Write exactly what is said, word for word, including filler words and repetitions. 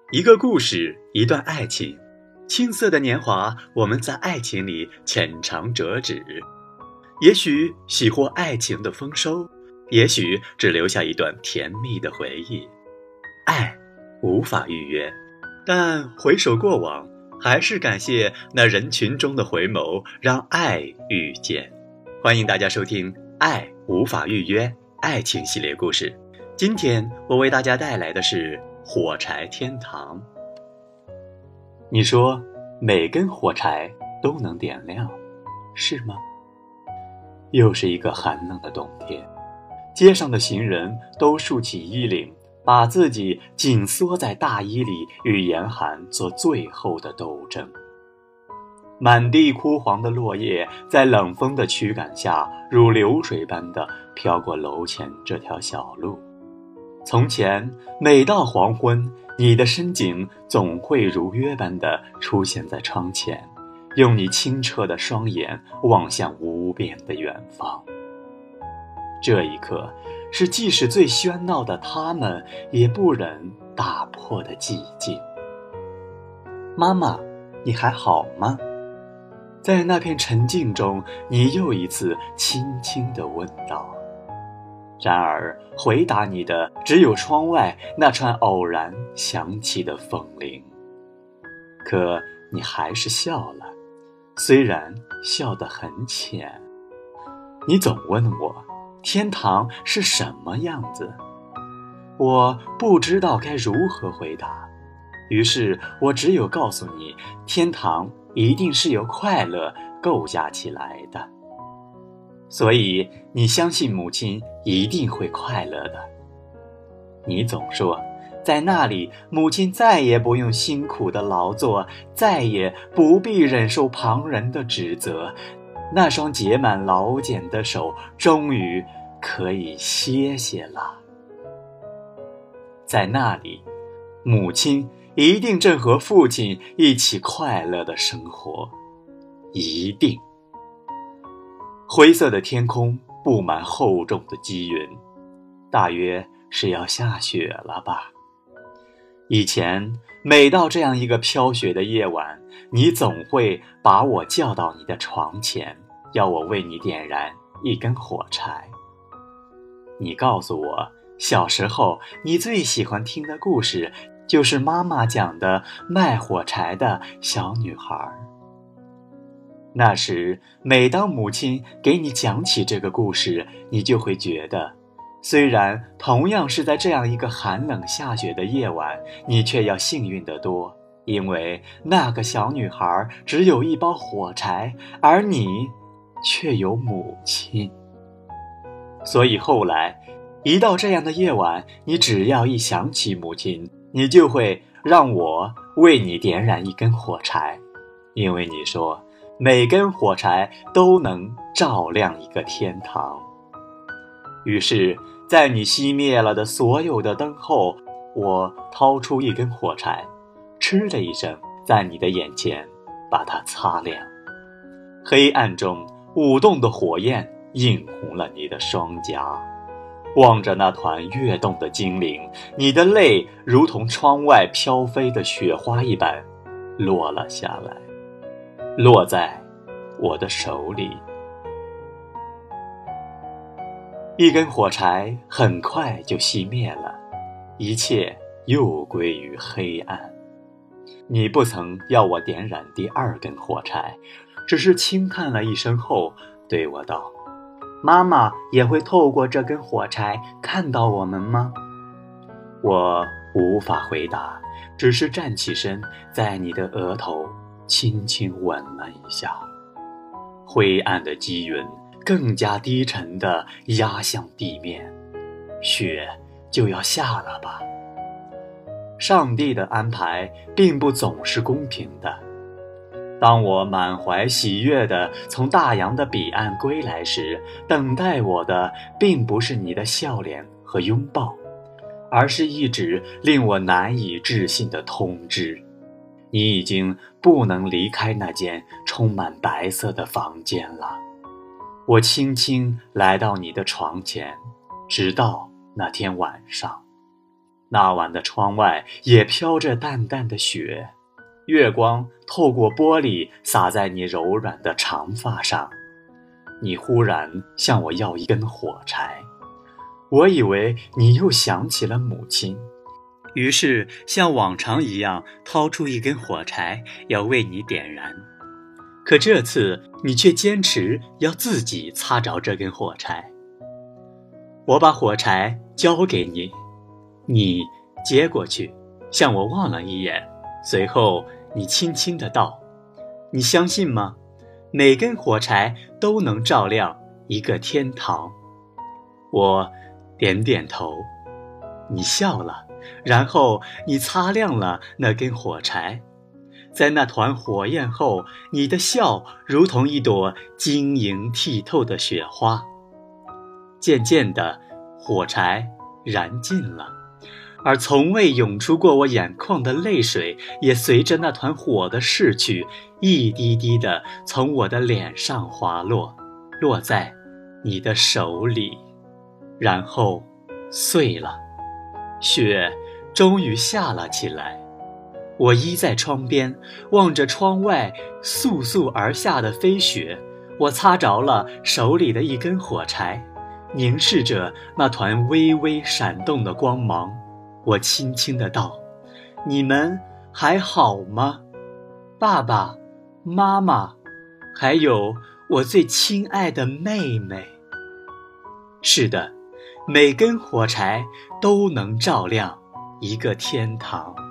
一个故事，一段爱情，青涩的年华，我们在爱情里浅尝辄止。也许喜获爱情的丰收，也许只留下一段甜蜜的回忆。爱无法预约，但回首过往，还是感谢那人群中的回眸，让爱遇见。欢迎大家收听《爱无法预约》爱情系列故事。今天我为大家带来的是火柴天堂。你说每根火柴都能点亮，是吗？又是一个寒冷的冬天，街上的行人都竖起衣领，把自己紧缩在大衣里，与严寒做最后的斗争。满地枯黄的落叶在冷风的驱赶下，如流水般的飘过楼前这条小路。从前每到黄昏，你的身影总会如约般的出现在窗前，用你清澈的双眼望向无边的远方。这一刻，是即使最喧闹的他们也不忍打破的寂静。妈妈，你还好吗？在那片沉静中，你又一次轻轻地问道。然而回答你的只有窗外那串偶然响起的风铃。可你还是笑了，虽然笑得很浅。你总问我天堂是什么样子，我不知道该如何回答，于是我只有告诉你，天堂一定是由快乐构架起来的。所以你相信母亲一定会快乐的。你总说，在那里母亲再也不用辛苦的劳作，再也不必忍受旁人的指责，那双结满老茧的手终于可以歇歇了。在那里，母亲一定正和父亲一起快乐的生活，一定。灰色的天空布满厚重的积云，大约是要下雪了吧。以前每到这样一个飘雪的夜晚，你总会把我叫到你的床前，要我为你点燃一根火柴。你告诉我，小时候你最喜欢听的故事就是妈妈讲的卖火柴的小女孩。那时每当母亲给你讲起这个故事，你就会觉得，虽然同样是在这样一个寒冷下雪的夜晚，你却要幸运得多，因为那个小女孩只有一包火柴，而你却有母亲。所以后来一到这样的夜晚，你只要一想起母亲，你就会让我为你点燃一根火柴，因为你说每根火柴都能照亮一个天堂。于是在你熄灭了的所有的灯后，我掏出一根火柴，嗤的一声，在你的眼前把它擦亮。黑暗中舞动的火焰映红了你的双颊，望着那团跃动的精灵，你的泪如同窗外飘飞的雪花一般落了下来，落在我的手里。一根火柴很快就熄灭了，一切又归于黑暗。你不曾要我点燃第二根火柴，只是轻叹了一声后对我道，妈妈也会透过这根火柴看到我们吗？我无法回答，只是站起身，在你的额头轻轻吻了一下。灰暗的积云更加低沉地压向地面，雪就要下了吧。上帝的安排并不总是公平的。当我满怀喜悦地从大洋的彼岸归来时，等待我的并不是你的笑脸和拥抱，而是一纸令我难以置信的通知。你已经不能离开那间充满白色的房间了。我轻轻来到你的床前，直到那天晚上。 那晚的窗外也飘着淡淡的雪，月光透过玻璃洒在你柔软的长发上。你忽然向我要一根火柴，我以为你又想起了母亲，于是像往常一样掏出一根火柴要为你点燃。可这次你却坚持要自己擦着这根火柴。我把火柴交给你，你接过去，向我望了一眼，随后你轻轻地道：你相信吗？每根火柴都能照亮一个天堂。我点点头。你笑了，然后你擦亮了那根火柴。在那团火焰后，你的笑如同一朵晶莹剔透的雪花。渐渐的，火柴燃尽了，而从未涌出过我眼眶的泪水也随着那团火的逝去，一滴滴地从我的脸上滑落，落在你的手里，然后碎了。雪终于下了起来。我依在窗边，望着窗外簌簌而下的飞雪，我擦着了手里的一根火柴，凝视着那团微微闪动的光芒。我轻轻地道：你们还好吗？爸爸妈妈，还有我最亲爱的妹妹。是的，每根火柴都能照亮一个天堂。